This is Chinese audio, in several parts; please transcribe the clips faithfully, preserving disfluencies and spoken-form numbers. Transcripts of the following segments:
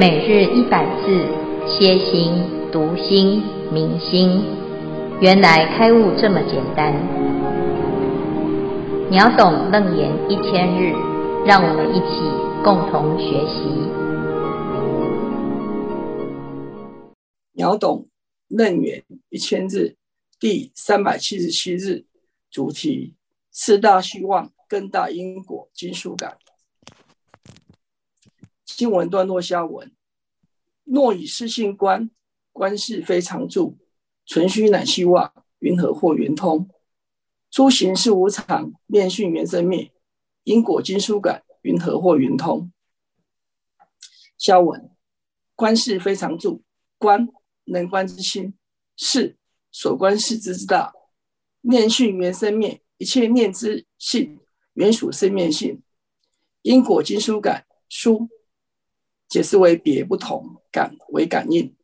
每日一百字，歇心、读心、明心，原来开悟这么简单。秒懂楞严一千日，让我们一起共同学习。 秒懂楞严一千日第三百七十七日，主题：四大虚妄，根大因果，经书感。经文段落下文：若以世性观，观是非常住，存虚乃虚妄，云何或圆通？诸行是无常，念训缘生灭，因果经书感，云何或圆通？下文：观是非常住，观能观之心，是所观视之之大，念训缘生灭，一切念之性，原属生灭性。因果经书感，书解释为别不同，感为感应。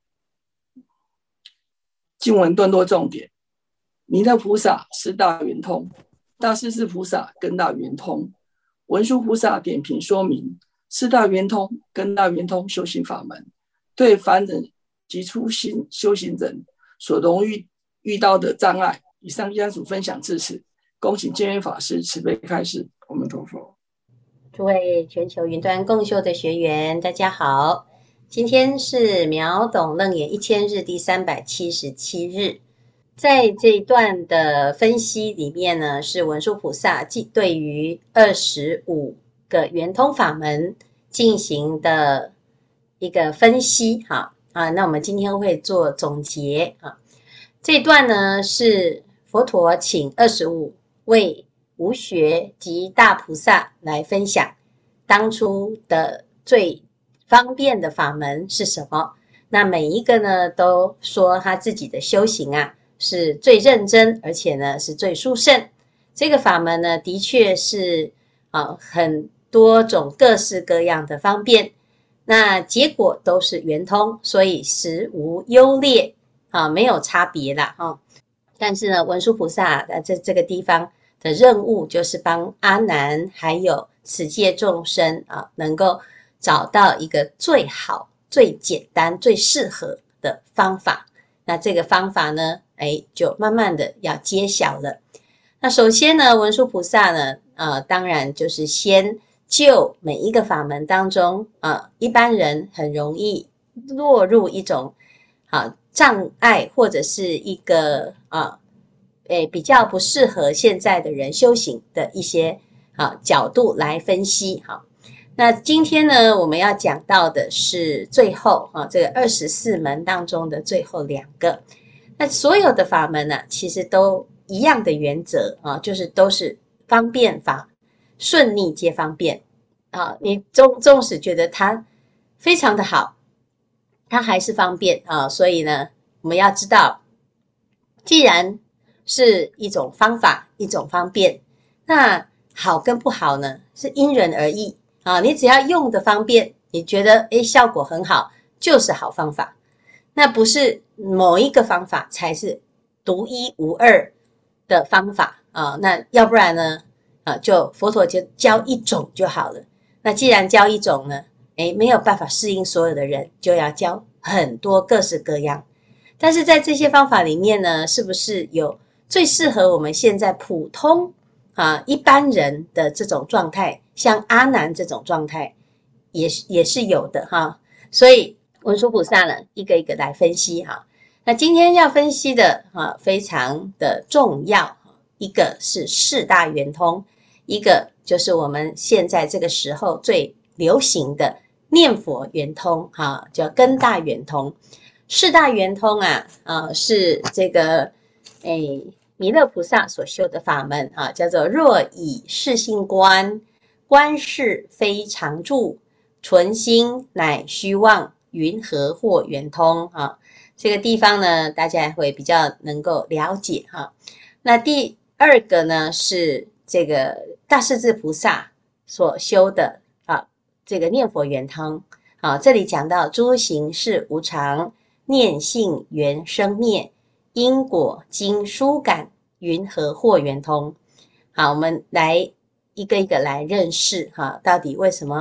经文段落重点：弥勒菩萨四大圆通，大势至菩萨根大圆通。文殊菩萨点评说明四大圆通、根大圆通修行法门，对凡人及初心修行人所容易遇到的障碍。以上家属分享至此，恭请见元法师慈悲开示。阿弥陀佛。 诸位全球云端共修的学员，大家好，今天是秒懂楞严一千日第三百七十七日。在这一段的分析里面呢，是文殊菩萨对于二十五个圆通法门进行的一个分析哈啊，那我们今天会做总结啊。这一段呢是佛陀请二十五位无学及大菩萨来分享当初的最方便的法门是什么。那每一个呢都说他自己的修行啊是最认真，而且呢是最殊胜。这个法门呢的确是啊很多种各式各样的方便，那结果都是圆通，所以实无优劣啊，没有差别啦哈。但是呢文殊菩萨在这个地方的任务就是帮阿难还有此界众生啊，能够找到一个最好、最简单、最适合的方法。那这个方法呢，哎，就慢慢的要揭晓了。那首先呢，文殊菩萨呢，呃，当然就是先就每一个法门当中啊、呃，一般人很容易落入一种啊障碍，或者是一个啊。诶，比较不适合现在的人修行的一些啊角度来分析哈。那今天呢，我们要讲到的是最后啊这个二十四门当中的最后两个。那所有的法门呢、啊，其实都一样的原则啊，就是都是方便法，顺逆皆方便啊。你纵纵使觉得它非常的好，它还是方便啊。所以呢，我们要知道，既然是一种方法，一种方便，那好跟不好呢是因人而异啊。你只要用的方便，你觉得诶效果很好，就是好方法。那不是某一个方法才是独一无二的方法啊。那要不然呢啊，就佛陀就教一种就好了。那既然教一种呢，诶没有办法适应所有的人，就要教很多各式各样。但是在这些方法里面呢，是不是有最适合我们现在普通啊一般人的这种状态，像阿难这种状态也也是有的哈。所以文殊菩萨呢一个一个来分析哈。那今天要分析的哈非常的重要，一个是四大圆通，一个就是我们现在这个时候最流行的念佛圆通哈，叫根大圆通。四大圆通啊啊是这个诶弥勒菩萨所修的法门啊，叫做若以世性观，观是非常住，存心乃虚妄，云何或圆通啊。这个地方呢大家会比较能够了解哈。那第二个呢是这个大势至菩萨所修的啊这个念佛圆通啊，这里讲到诸行是无常，念性缘生灭，因果经书感，云何或圆通。好，我们来一个一个来认识哈，到底为什么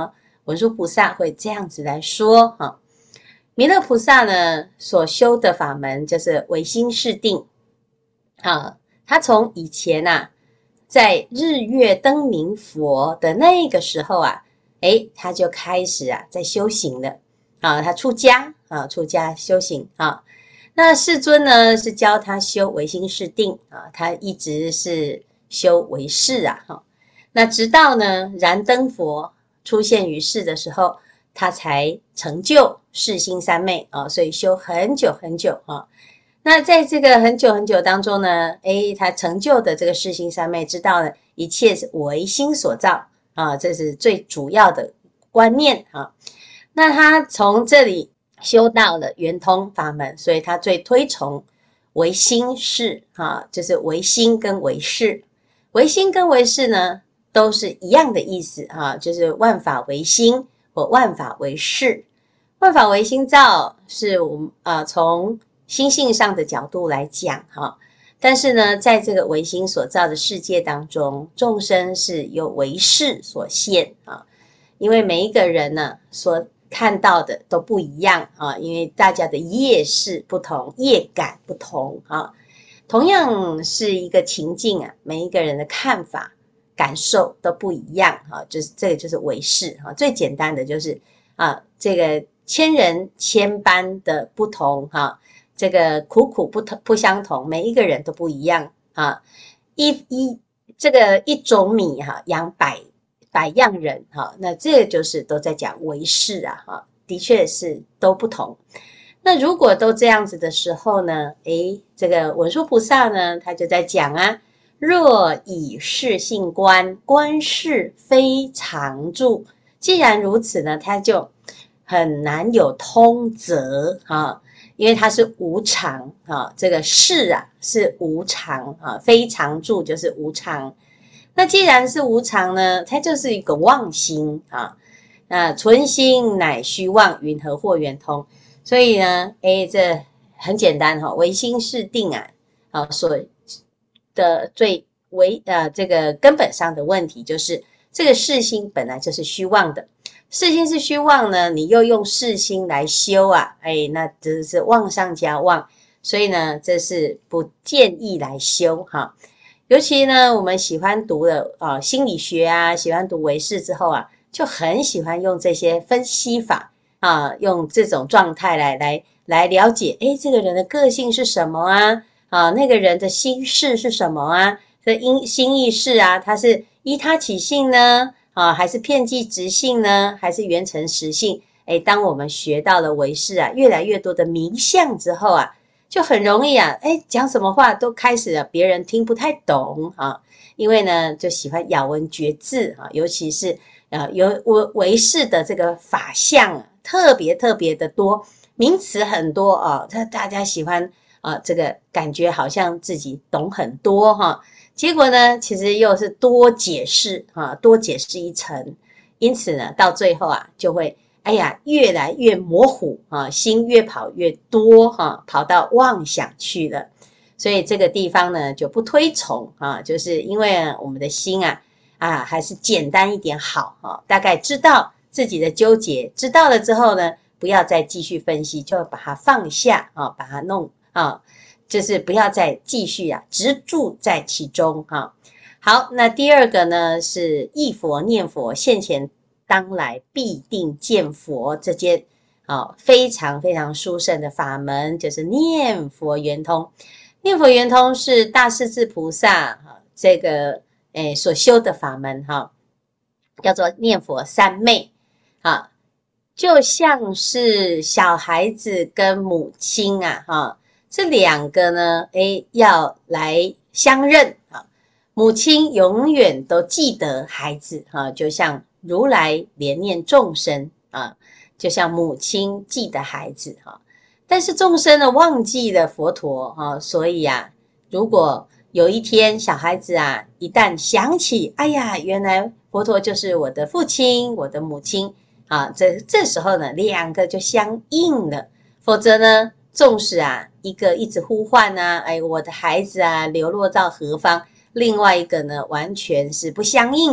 文殊菩萨会这样子来说哈。弥勒菩萨呢所修的法门就是唯心是定啊，他从以前啊在日月灯明佛的那个时候啊，诶他就开始啊在修行了啊，他出家啊，出家修行啊。那世尊呢是教他修唯心是定啊，他一直是修唯识啊哈。那直到呢燃灯佛出现于世的时候，他才成就世心三昧啊，所以修很久很久啊。那在这个很久很久当中呢，诶他成就的这个世心三昧，知道呢一切是唯心所造啊，这是最主要的观念啊。那他从这里修到了圆通法门，所以他最推崇唯心是啊，就是唯心跟唯识。唯心跟唯识呢都是一样的意思啊，就是万法唯心或万法唯识。万法唯心造是我们啊从心性上的角度来讲哈，但是呢，在这个唯心所造的世界当中，众生是由唯识所现啊，因为每一个人呢所看到的都不一样啊，因为大家的业识不同，业感不同啊。同样是一个情境啊，每一个人的看法、感受都不一样啊，就是这个就是唯识啊。最简单的就是啊，这个千人千般的不同哈、啊，这个苦苦不同不相同，每一个人都不一样啊。一一这个一种米哈、啊，养百百样人哈、啊，那这个就是都在讲唯识啊哈，的确是都不同。那如果都这样子的时候呢，诶，这个文殊菩萨呢，他就在讲啊，若以事性观，观事非常住。既然如此呢，他就很难有通则啊，因为它是无常啊，这个事啊是无常啊，非常住就是无常。那既然是无常呢，它就是一个妄心啊，那存心乃虚妄，云何或圆通？所以呢，诶，这很简单哈、哦，唯心是定啊，啊，所的最为呃这个根本上的问题就是这个世心本来就是虚妄的，世心是虚妄呢，你又用世心来修啊，哎，那这是妄上加妄，所以呢，这是不建议来修哈。尤其呢，我们喜欢读的啊、呃、心理学啊，喜欢读唯识之后啊，就很喜欢用这些分析法。啊，用这种状态来来来了解，诶，这个人的个性是什么啊？啊，那个人的心事是什么啊？这因心意识啊，他是依他起性呢？啊，还是遍计直性呢？还是圆成实性？诶，当我们学到了唯识啊，越来越多的名相之后啊，就很容易啊，诶，讲什么话都开始了，别人听不太懂啊，因为呢，就喜欢咬文嚼字啊，尤其是呃有唯唯识的这个法相啊。特别特别的多，名词很多啊，他大家喜欢啊，这个感觉好像自己懂很多哈、啊，结果呢，其实又是多解释啊，多解释一层，因此呢，到最后啊，就会哎呀越来越模糊啊，心越跑越多哈、啊，跑到妄想去了，所以这个地方呢就不推崇啊，就是因为我们的心啊啊还是简单一点好啊，大概知道。自己的纠结知道了之后呢，不要再继续分析，就把它放下啊，把它弄啊，就是不要再继续啊执著在其中啊。好，那第二个呢是忆佛念佛，现前当来必定见佛，这件啊非常非常殊胜的法门，就是念佛圆通。念佛圆通是大势至菩萨啊这个诶所修的法门哈、啊，叫做念佛三昧。啊，就像是小孩子跟母亲啊，哈、啊，这两个呢，诶，要来相认啊。母亲永远都记得孩子，哈、啊，就像如来怜念众生啊，就像母亲记得孩子，哈、啊。但是众生呢，忘记了佛陀，哈、啊，所以啊，如果有一天小孩子啊，一旦想起，哎呀，原来佛陀就是我的父亲，我的母亲。啊，这这时候呢，两个就相应了。否则呢，纵使啊，一个一直呼唤啊，哎，我的孩子啊，流落到何方？另外一个呢，完全是不相应的。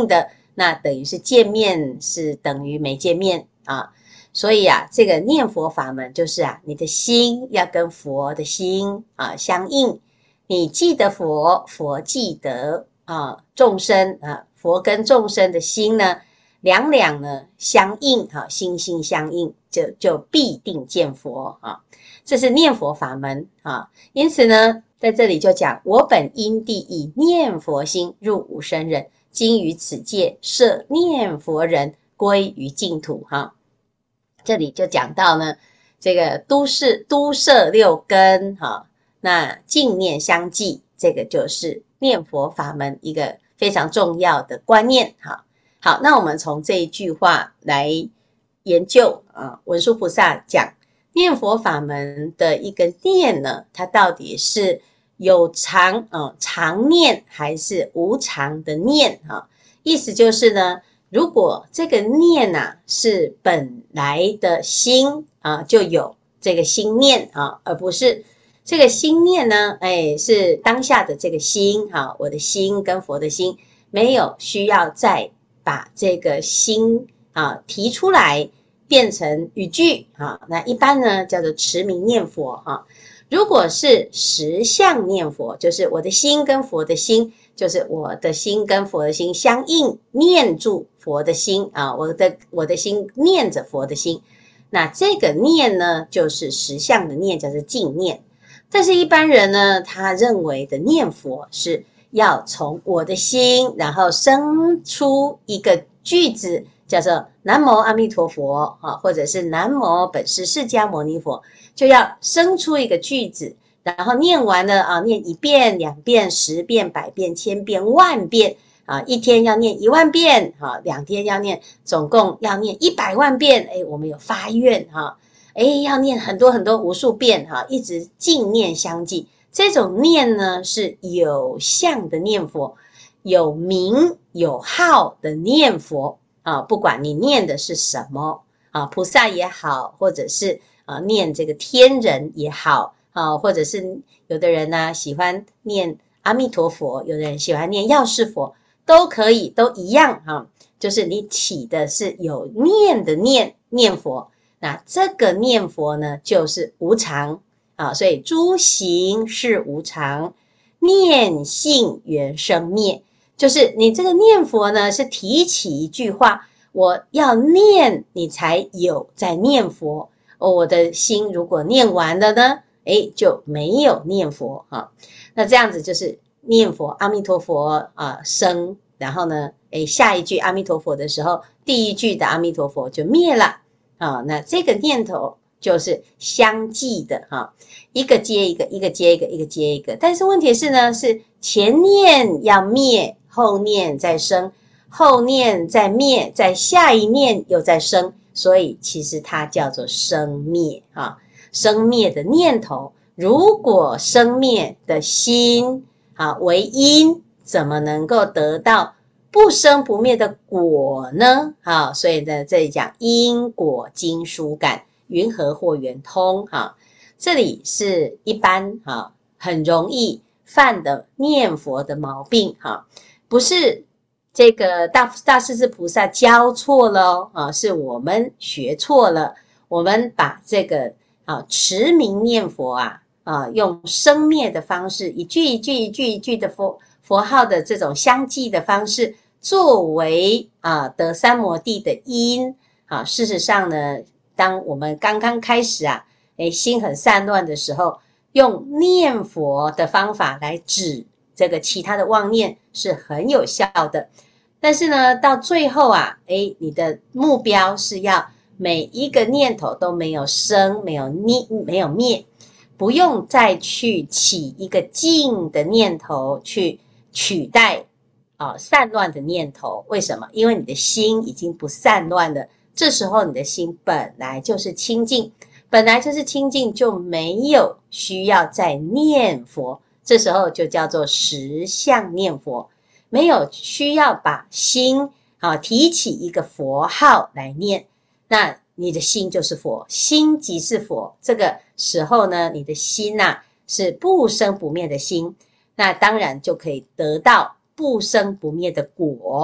那等于是见面是等于没见面啊。所以啊，这个念佛法门就是啊，你的心要跟佛的心啊相应，你记得佛，佛记得啊众生啊，佛跟众生的心呢，两两呢相应啊，心心相应，就就必定见佛啊。这是念佛法门啊。因此呢，在这里就讲，我本因地以念佛心入无生忍，今于此界设念佛人，归于净土哈、啊。这里就讲到呢，这个都是都摄六根哈，那净念相继，这个就是念佛法门一个非常重要的观念哈。好，那我们从这一句话来研究啊，文殊菩萨讲念佛法门的一个念呢，它到底是有常啊常念还是无常的念哈？意思就是呢，如果这个念啊是本来的心啊，就有这个心念啊，而不是这个心念呢，哎，是当下的这个心啊，我的心跟佛的心没有需要再把这个心啊提出来变成语句啊，那一般呢叫做持名念佛啊。如果是实相念佛，就是我的心跟佛的心。就是我的心跟佛的心相应，念住佛的心啊，我的我的心念着佛的心，那这个念呢，就是实相的念，叫做净念。但是一般人呢，他认为的念佛是要从我的心，然后生出一个句子，叫做南无阿弥陀佛啊，或者是南无本师释迦牟尼佛，就要生出一个句子。然后念完了啊，念一遍、两遍、十遍、百遍、千遍、万遍啊，一天要念一万遍啊，两天要念，总共要念一百万遍。哎，我们有发愿哈，哎，要念很多很多无数遍哈，一直净念相继。这种念呢是有相的念佛，有名有号的念佛啊，不管你念的是什么啊，菩萨也好，或者是啊念这个天人也好。啊，或者是有的人呢、啊、喜欢念阿弥陀佛，有的人喜欢念药师佛，都可以，都一样哈、啊。就是你起的是有念的念念佛，那这个念佛呢，就是无常啊。所以诸行是无常，念性缘生灭，就是你这个念佛呢，是提起一句话，我要念，你才有在念佛。哦，我的心如果念完了呢？哎，就没有念佛啊。那这样子就是念佛阿弥陀佛啊生，然后呢，哎，下一句阿弥陀佛的时候，第一句的阿弥陀佛就灭了啊。那这个念头就是相继的哈、啊，一个接一个，一个接一个，一个接一个。但是问题是呢，是前念要灭，后念再生，后念再灭，在下一念又再生，所以其实它叫做生灭啊。生灭的念头，如果生灭的心啊为因，怎么能够得到不生不灭的果呢？啊，所以呢，这里讲因果经书感，云何或圆通？哈，这里是一般哈很容易犯的念佛的毛病哈，不是这个大大势至菩萨教错了啊，是我们学错了，我们把这个。啊，持名念佛啊，啊，用生灭的方式，一句一句、一句一句的佛佛号的这种相继的方式，作为啊得三摩地的因啊。事实上呢，当我们刚刚开始啊，哎，心很散乱的时候，用念佛的方法来止这个其他的妄念是很有效的。但是呢，到最后啊，哎，你的目标是要。每一个念头都没有生，没有灭，没有灭，不用再去起一个净的念头去取代啊散乱的念头。为什么？因为你的心已经不散乱了，这时候你的心本来就是清净，本来就是清净，就没有需要再念佛，这时候就叫做实相念佛，没有需要把心啊提起一个佛号来念。那你的心就是佛，心即是佛。这个时候呢，你的心呐、啊、是不生不灭的心，那当然就可以得到不生不灭的果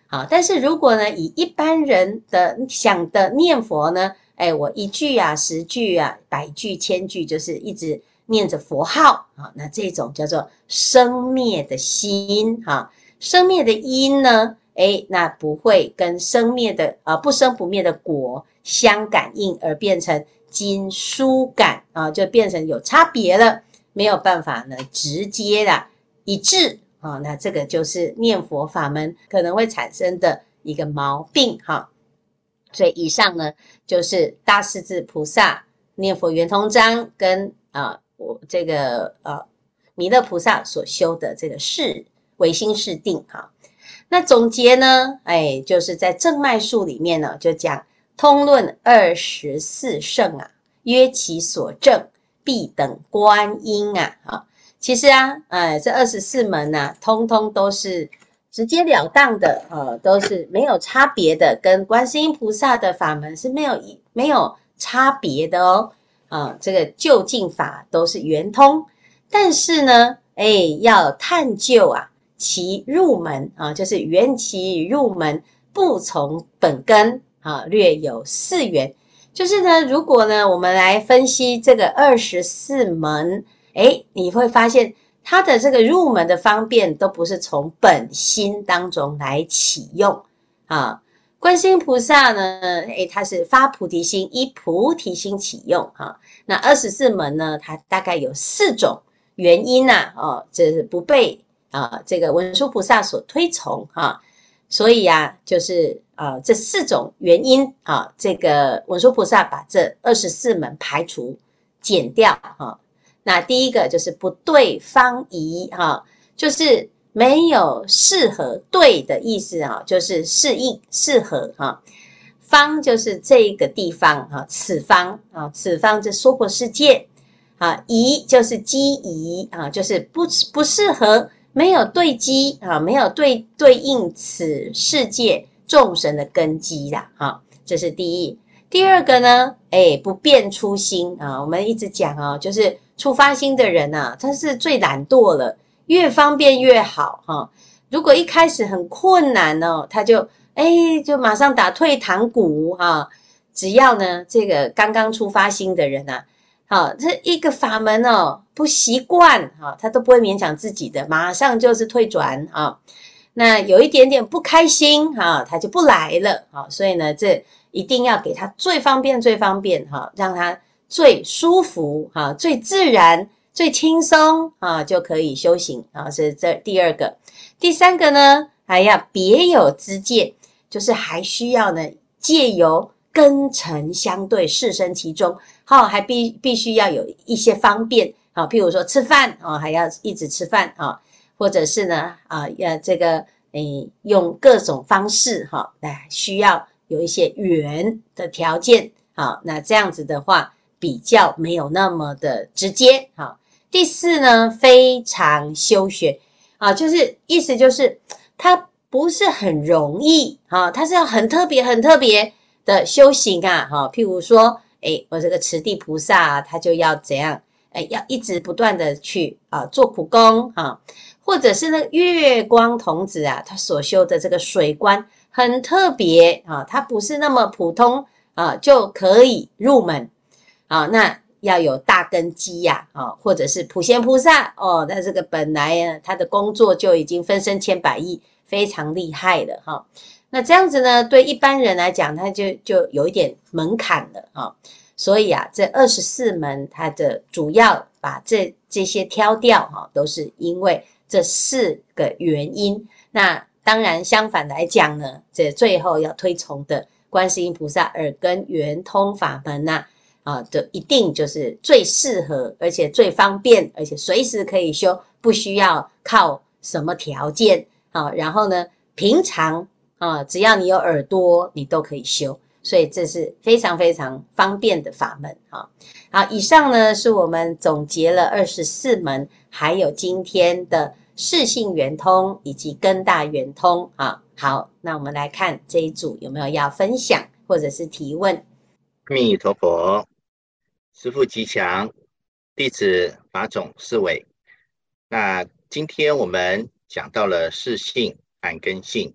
好，但是如果呢，以一般人的想的念佛呢，哎，我一句啊、十句啊、百句、千句，就是一直念着佛号啊，那这种叫做生灭的心啊，生灭的因呢，哎，那不会跟生灭的啊不生不灭的果相感应，而变成经疏感啊，就变成有差别了，没有办法呢直接啦一致。啊、哦，那这个就是念佛法门可能会产生的一个毛病哈、哦。所以以上呢，就是大势至菩萨念佛圆通章跟啊我、呃、这个呃弥勒菩萨所修的这个事唯心是定哈、哦。那总结呢，哎，就是在正脉术里面呢，就讲通论二十四圣啊，约其所证，必等观音啊，啊。其实啊，呃，这二十四门呢、啊，通通都是直截了当的，呃，都是没有差别的，跟观世音菩萨的法门是没有没有差别的哦，啊、呃，这个究竟法都是圆通，但是呢，哎，要探究啊，其入门啊，就是缘其入门，不从本根啊，略有四缘，就是呢，如果呢，我们来分析这个二十四门。哎，你会发现它的这个入门的方便都不是从本心当中来启用啊。观世音菩萨呢，哎，他是发菩提心，依菩提心启用啊。那二十四门呢，它大概有四种原因呐、啊，哦，这是不被啊这个文殊菩萨所推崇啊。所以啊，就是啊这四种原因啊，这个文殊菩萨把这二十四门排除减掉啊。那第一个就是不对方宜哈，就是没有适合，对的意思啊，就是适应适合哈。方就是这个地方啊，此方啊，此方这娑婆世界啊，宜就是机宜啊，就是不不适合，没有对机啊，没有对对应此世界众生的根基啦哈，这是第一。第二个呢，哎，不变初心啊，我们一直讲哦，就是初发心的人啊，他是最懒惰了，越方便越好哈、哦。如果一开始很困难哦，他就哎就马上打退堂鼓哈、哦。只要呢这个刚刚初发心的人啊，好、哦、这一个法门哦不习惯哈、哦，他都不会勉强自己的，马上就是退转啊、哦。那有一点点不开心哈、哦，他就不来了啊、哦。所以呢这。一定要给他最方便最方便哈，让他最舒服哈，最自然最轻松啊，就可以修行啊，是这第二个。第三个呢，还要别有知戒，就是还需要呢借由根尘相对，视身其中，好，还必必须要有一些方便啊，譬如说吃饭啊，还要一直吃饭啊，或者是呢啊，要这个诶用各种方式哈，来需要。有一些缘的条件，好，那这样子的话比较没有那么的直接，好。第四呢，非常修学，啊，就是意思就是它不是很容易，啊，它是要很特别、很特别的修行啊，哈，譬如说，哎，我这个持地菩萨、啊，他就要怎样，哎，要一直不断的去啊做苦功，啊，或者是那个月光童子啊，他所修的这个水观。很特别啊，它不是那么普通啊，就可以入门啊。那要有大根基呀、啊，啊，或者是普贤菩萨哦，那这个本来啊，他的工作就已经分身千百亿，非常厉害了哈、啊。那这样子呢，对一般人来讲，他就就有一点门槛了哈、啊。所以啊，这二十四门，它的主要把这这些挑掉哈、啊，都是因为这四个原因。那当然，相反来讲呢，这最后要推崇的观世音菩萨耳根圆通法门呐、啊，啊，就一定就是最适合，而且最方便，而且随时可以修，不需要靠什么条件啊。然后呢，平常啊，只要你有耳朵，你都可以修，所以这是非常非常方便的法门啊。好，以上呢是我们总结了二十四门，还有今天的。视性圆通以及根大圆通啊，好，那我们来看这一组有没有要分享或者是提问。 阿弥陀佛，师父吉祥，弟子法种四伟。那今天我们讲到了视性和根性，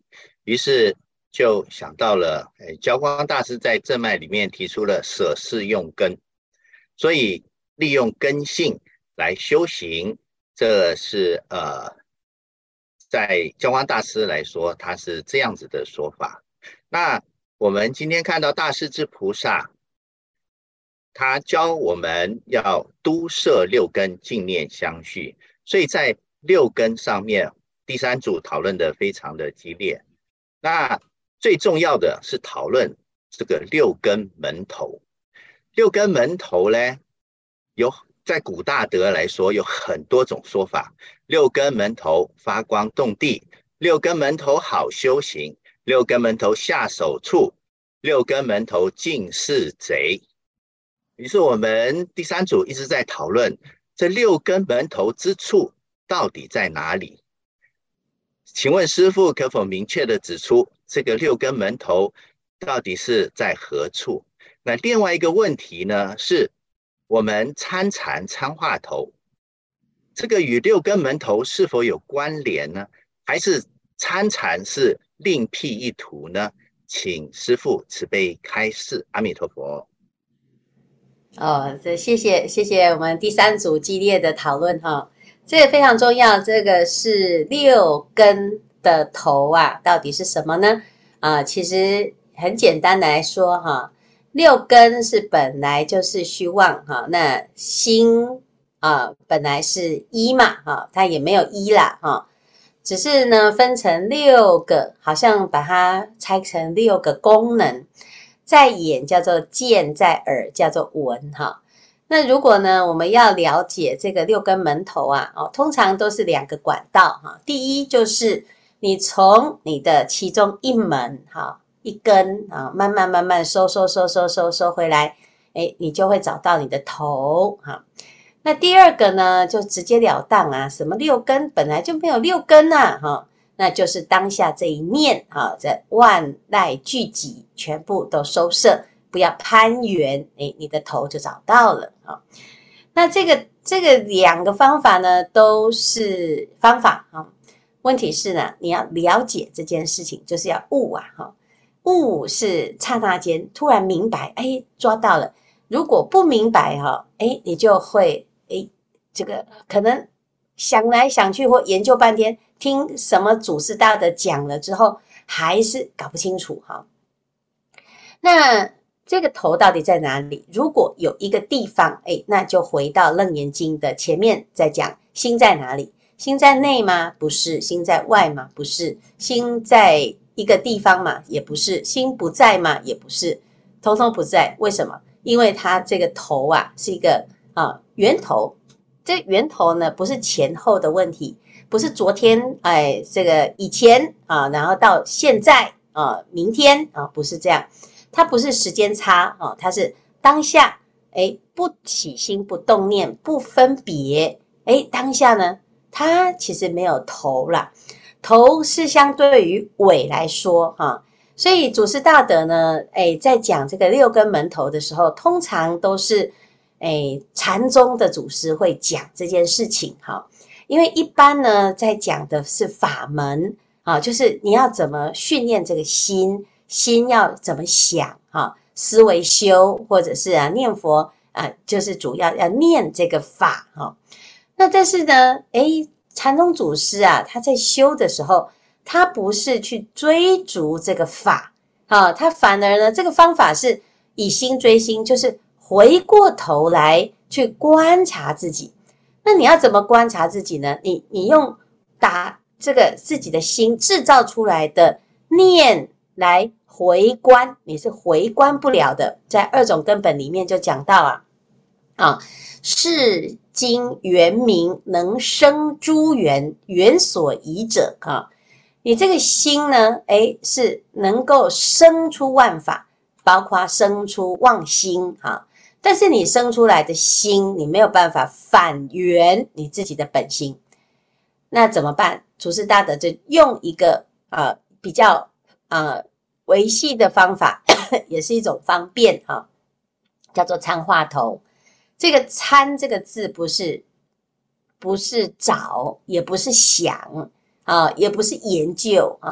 于是就想到了，哎，教光大师在正脉里面提出了舍事用根，所以利用根性来修行，这是呃，在教光大师来说，他是这样子的说法。那我们今天看到大势至菩萨，他教我们要都摄六根，净念相续，所以在六根上面，第三组讨论的非常的激烈。那最重要的是讨论这个六根门头。六根门头呢，有在古大德来说有很多种说法。六根门头发光动地，六根门头好修行，六根门头下手处，六根门头尽是贼。于是我们第三组一直在讨论这六根门头之处到底在哪里。请问师父可否明确的指出这个六根门头到底是在何处？那另外一个问题呢，是我们参禅参话头，这个与六根门头是否有关联呢？还是参禅是另辟一途呢？请师父慈悲开示。阿弥陀佛。 哦，这谢谢谢谢我们第三组激烈的讨论哈，这个非常重要。这个是六根的头啊，到底是什么呢？啊，其实很简单的来说哈，六根是本来就是虚妄哈，那心啊本来是一嘛哈，它也没有一啦哈，只是呢分成六个，好像把它拆成六个功能。在眼叫做见，在耳叫做闻哈。那如果呢，我们要了解这个六根门头啊，哦，通常都是两个管道哈。第一就是你从你的其中一门哈一根啊，慢慢慢慢收收收收收收回来，哎，你就会找到你的头哈。那第二个呢，就直截了当啊，什么六根本来就没有六根啊哈。那就是当下这一念啊，这万籁俱寂，全部都收摄，不要攀缘，哎，你的头就找到了啊。那这个这个两个方法呢，都是方法啊。问题是呢，你要了解这件事情，就是要悟啊哈。悟是刹那间突然明白，哎，抓到了。如果不明白哈，哎，你就会哎，这个可能想来想去或研究半天。听什么祖师大德讲了之后，还是搞不清楚哈。那这个头到底在哪里？如果有一个地方，哎，那就回到《楞严经》的前面再讲，心在哪里？心在内吗？不是。心在外吗？不是。心在一个地方嘛？也不是。心不在吗？也不是。通通不在。为什么？因为它这个头啊，是一个啊源头。这源头呢，不是前后的问题。不是昨天，哎，这个以前啊，然后到现在啊，明天啊，不是这样，它不是时间差啊，它是当下，哎，不起心不动念，不分别，哎，当下呢，它其实没有头啦，头是相对于尾来说哈，所以祖师大德呢，哎，在讲这个六根门头的时候，通常都是哎禅宗的祖师会讲这件事情哈。因为一般呢，在讲的是法门啊，就是你要怎么训练这个心，心要怎么想啊，思维修，或者是啊念佛啊，就是主要要念这个法哈、啊。那但是呢，诶，禅宗祖师啊，他在修的时候，他不是去追逐这个法啊，他反而呢，这个方法是以心追心，就是回过头来去观察自己。那你要怎么观察自己呢？你你用打这个自己的心制造出来的念来回观，你是回观不了的。在二种根本里面就讲到啊，啊，是经圆明能生诸缘，缘所宜者啊。你这个心呢，诶，是能够生出万法，包括生出妄心啊。但是你生出来的心，你没有办法反圆你自己的本心，那怎么办？祖师大德就用一个呃比较呃维系的方法，也是一种方便哈、啊，叫做参话头。这个参这个字不是不是找，也不是想啊，也不是研究啊，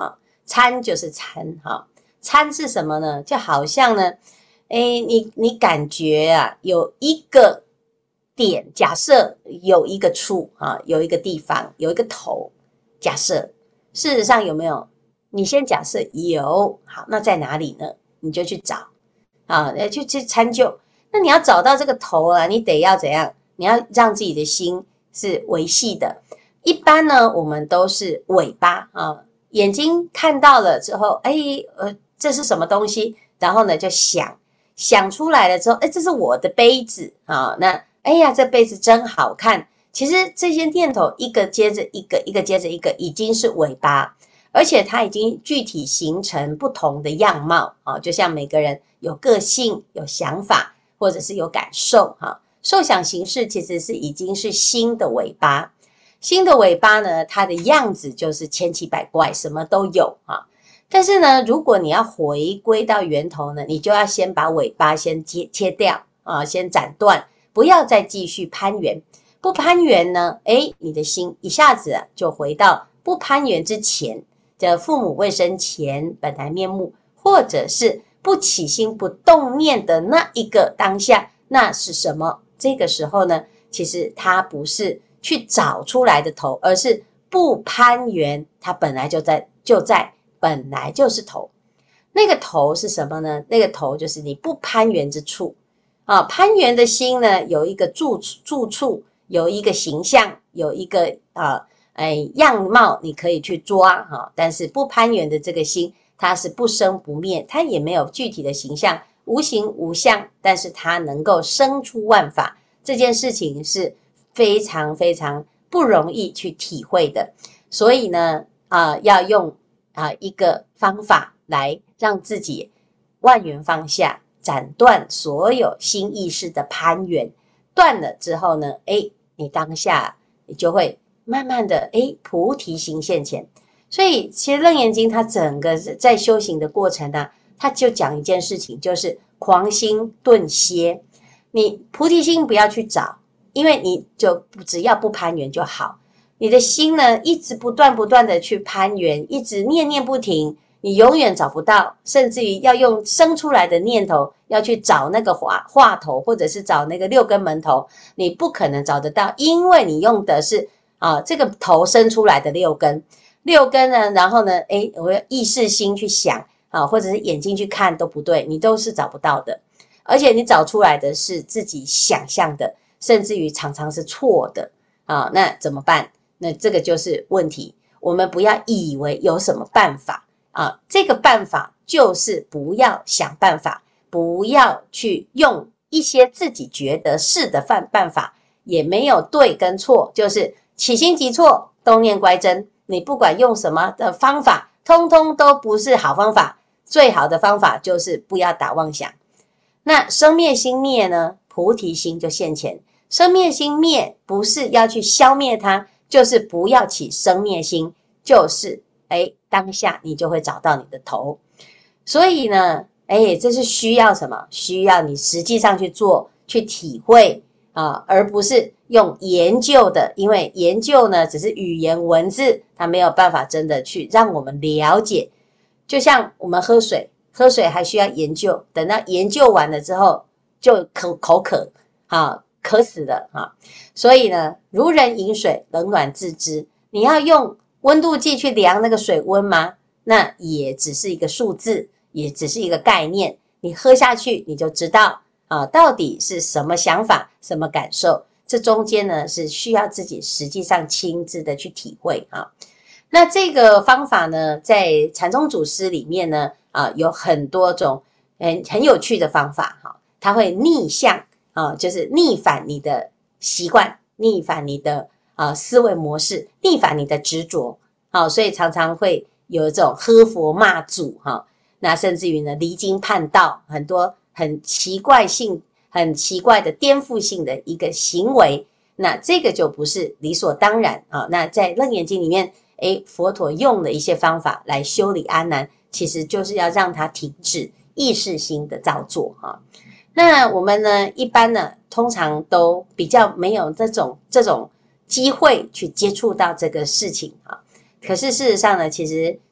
参就是参哈，参是什么呢？就好像呢，哎，你你感觉啊，有一个点，假设有一个处啊，有一个地方，有一个头，假设事实上有没有？你先假设有，好，那在哪里呢？你就去找啊，去去参究。那你要找到这个头啊，你得要怎样？你要让自己的心是维系的。一般呢，我们都是尾巴啊，眼睛看到了之后，哎，呃，这是什么东西？然后呢，就想想出来了之后，哎，这是我的杯子啊，那哎呀，这杯子真好看。其实这些念头一个接着一个，一个接着一个，已经是尾巴。而且它已经具体形成不同的样貌啊，就像每个人有个性、有想法，或者是有感受哈。受想行识其实是已经是心的尾巴，心的尾巴呢，它的样子就是千奇百怪，什么都有啊。但是呢，如果你要回归到源头呢，你就要先把尾巴先切切掉啊，先斩断，不要再继续攀援。不攀援呢，诶，你的心一下子啊就回到不攀援之前。的父母未生前本来面目，或者是不起心不动念的那一个当下，那是什么？这个时候呢，其实它不是去找出来的头，而是不攀援，它本来就在就在本来就是头。那个头是什么呢？那个头就是你不攀援之处啊。攀援的心呢，有一个住住处，有一个形象，有一个啊。哎，样貌你可以去抓哈，但是不攀援的这个心，它是不生不灭，它也没有具体的形象，无形无相，但是它能够生出万法，这件事情是非常非常不容易去体会的。所以呢，啊、呃，要用啊、呃、一个方法来让自己万缘放下，斩断所有心意识的攀援，断了之后呢，哎，你当下你就会。慢慢的，诶，菩提心现前。所以其实楞严经它整个在修行的过程呢、啊，它就讲一件事情，就是狂心顿歇。你菩提心不要去找，因为你就只要不攀缘就好。你的心呢，一直不断不断的去攀缘，一直念念不停，你永远找不到，甚至于要用生出来的念头要去找那个话话头，或者是找那个六根门头，你不可能找得到，因为你用的是啊，这个头生出来的六根，六根呢，然后呢，诶，我要意识心去想啊，或者是眼睛去看都不对，你都是找不到的，而且你找出来的是自己想象的，甚至于常常是错的啊，那怎么办？那这个就是问题。我们不要以为有什么办法啊，这个办法就是不要想办法，不要去用一些自己觉得是的办办法，也没有对跟错，就是。起心即错，动念乖真，你不管用什么的方法，通通都不是好方法。最好的方法就是不要打妄想。那生灭心灭呢？菩提心就现前。生灭心灭不是要去消灭它，就是不要起生灭心，就是哎，当下你就会找到你的头。所以呢，哎，这是需要什么？需要你实际上去做，去体会。啊，而不是用研究的，因为研究呢只是语言文字，它没有办法真的去让我们了解。就像我们喝水，喝水还需要研究，等到研究完了之后就口口渴，啊，渴死了啊！所以呢，如人饮水，冷暖自知。你要用温度计去量那个水温吗？那也只是一个数字，也只是一个概念。你喝下去，你就知道。啊，到底是什么想法，什么感受？这中间呢是需要自己实际上亲自的去体会啊。那这个方法呢，在禅宗祖师里面呢，啊，有很多种很很有趣的方法哈。它会逆向啊，就是逆反你的习惯，逆反你的啊思维模式，逆反你的执着。好，所以常常会有这种喝佛骂祖哈，那甚至于呢离经叛道，很多。很奇怪性、很奇怪的颠覆性的一个行为，那这个就不是理所当然啊。那在楞严经里面，诶，佛陀用了一些方法来修理阿难，其实就是要让他停止意识心的造作啊。那我们呢，一般呢，通常都比较没有这种这种机会去接触到这个事情啊。可是事实上呢，其实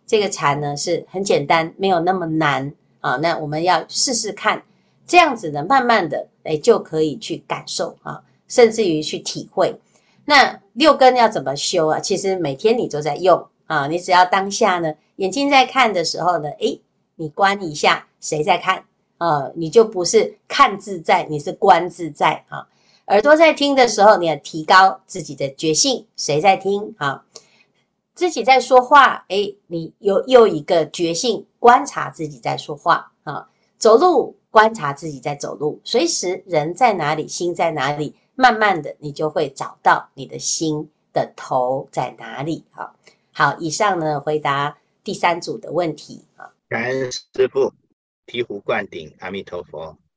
这个禅呢是很简单，没有那么难啊。那我们要试试看，这样子呢，慢慢的哎就可以去感受啊，甚至于去体会。那六根要怎么修啊？其实每天你都在用啊，你只要当下呢，眼睛在看的时候呢，诶，你观一下谁在看啊，你就不是看自在，你是观自在啊。耳朵在听的时候，你要提高自己的觉性，谁在听啊？自己在说话，诶，你有又一个觉性，观察自己在说话啊。走路观察自己在走路，随时人在哪里，心在哪里。慢慢的，你就会找到你的心的头在哪里。好，好，以上呢回答第三组的问题啊。 感恩师父，醍醐灌顶，阿弥陀佛。